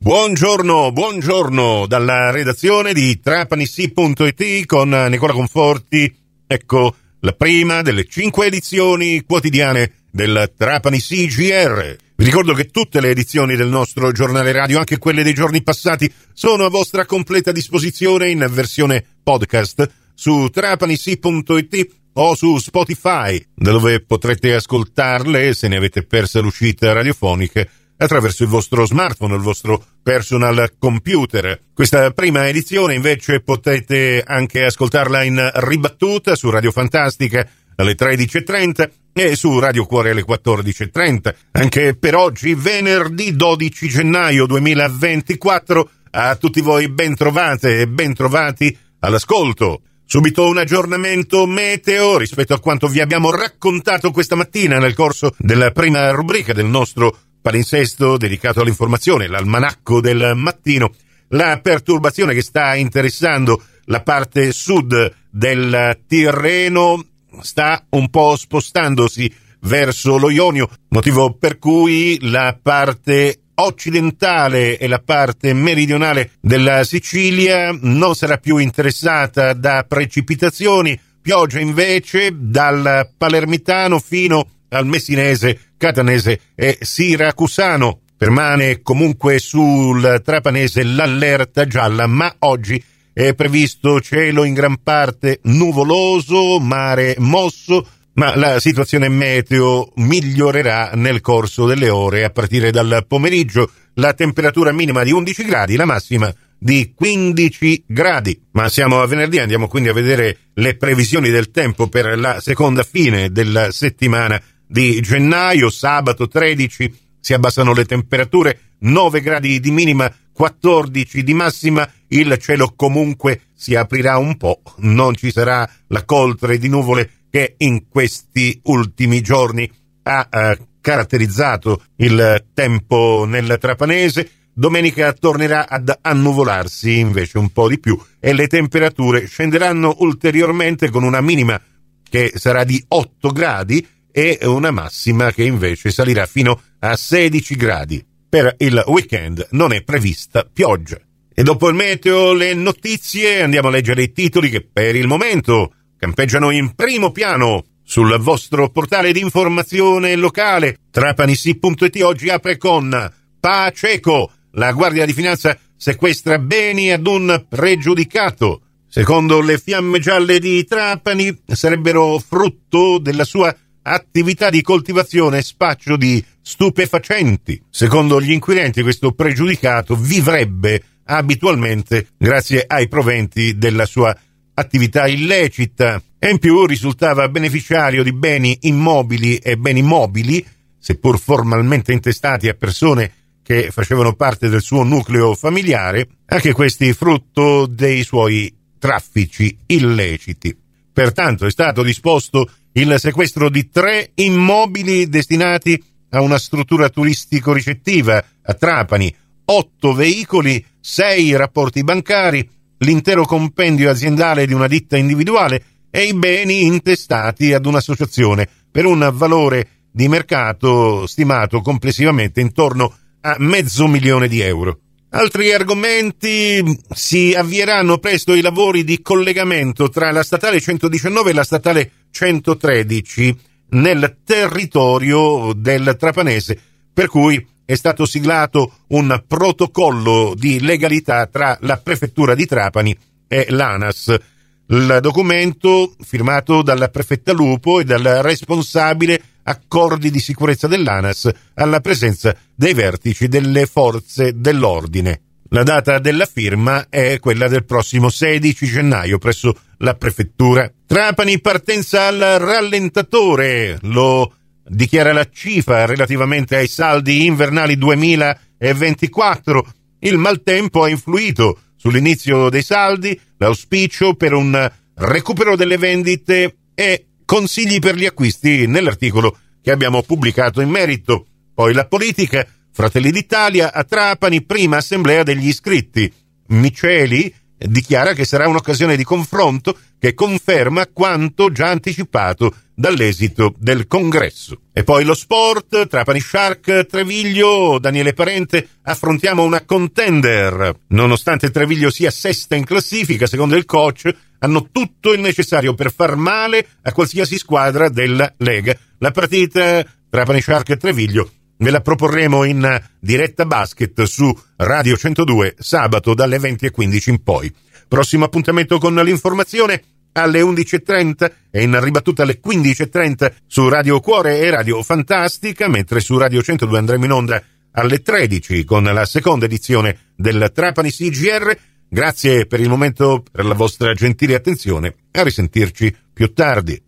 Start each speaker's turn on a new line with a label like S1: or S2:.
S1: Buongiorno dalla redazione di TrapaniSì.it con Nicola Conforti. Ecco la prima delle 5 edizioni quotidiane del Trapani Sì GR. Vi ricordo che tutte le edizioni del nostro giornale radio, anche quelle dei giorni passati, sono a vostra completa disposizione in versione podcast su TrapaniSì.it o su Spotify, da dove potrete ascoltarle se ne avete persa l'uscita radiofonica attraverso il vostro smartphone, il vostro personal computer. Questa prima edizione invece potete anche ascoltarla in ribattuta su Radio Fantastica alle 13.30 e su Radio Cuore alle 14.30. Anche per oggi, venerdì 12 gennaio 2024, a tutti voi ben trovate e ben trovati all'ascolto. Subito un aggiornamento meteo rispetto a quanto vi abbiamo raccontato questa mattina nel corso della prima rubrica del nostro palinsesto dedicato all'informazione, l'almanacco del mattino. La perturbazione che sta interessando la parte sud del Tirreno sta un po' spostandosi verso lo Ionio, motivo per cui la parte occidentale e la parte meridionale della Sicilia non sarà più interessata da precipitazioni. Pioggia invece dal Palermitano fino al Messinese, Catanese e Siracusano. Permane comunque sul Trapanese l'allerta gialla, ma oggi è previsto cielo in gran parte nuvoloso, mare mosso, ma la situazione meteo migliorerà nel corso delle ore. A partire dal pomeriggio la temperatura minima di 11 gradi, la massima di 15 gradi. Ma siamo a venerdì, andiamo quindi a vedere le previsioni del tempo per la seconda fine della settimana di gennaio. Sabato 13 si abbassano le temperature, 9 gradi di minima, 14 di massima. Il cielo comunque si aprirà un po', non ci sarà la coltre di nuvole che in questi ultimi giorni ha caratterizzato il tempo nel Trapanese. Domenica tornerà ad annuvolarsi invece un po' di più e le temperature scenderanno ulteriormente con una minima che sarà di 8 gradi e una massima che invece salirà fino a 16 gradi. Per il weekend non è prevista pioggia. E dopo il meteo, le notizie, andiamo a leggere i titoli che per il momento campeggiano in primo piano sul vostro portale di informazione locale. TrapaniSì.it oggi apre con Paceco. La Guardia di Finanza sequestra beni ad un pregiudicato. Secondo le Fiamme Gialle di Trapani sarebbero frutto della sua attività di coltivazione e spaccio di stupefacenti. Secondo gli inquirenti questo pregiudicato vivrebbe abitualmente grazie ai proventi della sua attività illecita e in più risultava beneficiario di beni immobili e beni mobili, seppur formalmente intestati a persone che facevano parte del suo nucleo familiare, anche questi frutto dei suoi traffici illeciti. Pertanto è stato disposto il sequestro di 3 immobili destinati a una struttura turistico-ricettiva a Trapani, 8 veicoli, 6 rapporti bancari, l'intero compendio aziendale di una ditta individuale e i beni intestati ad un'associazione per un valore di mercato stimato complessivamente intorno a €500.000. Altri argomenti: si avvieranno presto i lavori di collegamento tra la statale 119 e la statale 113 nel territorio del Trapanese, per cui è stato siglato un protocollo di legalità tra la prefettura di Trapani e l'ANAS. Il documento, firmato dalla prefetta Lupo e dal responsabile accordi di sicurezza dell'ANAS, alla presenza dei vertici delle forze dell'ordine. La data della firma è quella del prossimo 16 gennaio presso la prefettura. Trapani, partenza al rallentatore, lo dichiara la CIFA relativamente ai saldi invernali 2024. Il maltempo ha influito sull'inizio dei saldi, l'auspicio per un recupero delle vendite e consigli per gli acquisti nell'articolo che abbiamo pubblicato in merito. Poi la politica, Fratelli d'Italia a Trapani, prima assemblea degli iscritti. Miceli dichiara che sarà un'occasione di confronto che conferma quanto già anticipato dall'esito del congresso. E poi lo sport, Trapani Shark, Treviglio, Daniele Parente, affrontiamo una contender. Nonostante Treviglio sia sesta in classifica, secondo il coach, hanno tutto il necessario per far male a qualsiasi squadra della Lega. La partita Trapani Shark Treviglio ve la proporremo in diretta basket su Radio 102 sabato dalle 20:15 in poi. Prossimo appuntamento con l'informazione alle 11:30 e in ribattuta alle 15:30 su Radio Cuore e Radio Fantastica, mentre su Radio 102 andremo in onda alle 13 con la seconda edizione del Trapani CGR. Grazie per il momento, per la vostra gentile attenzione. A risentirci più tardi.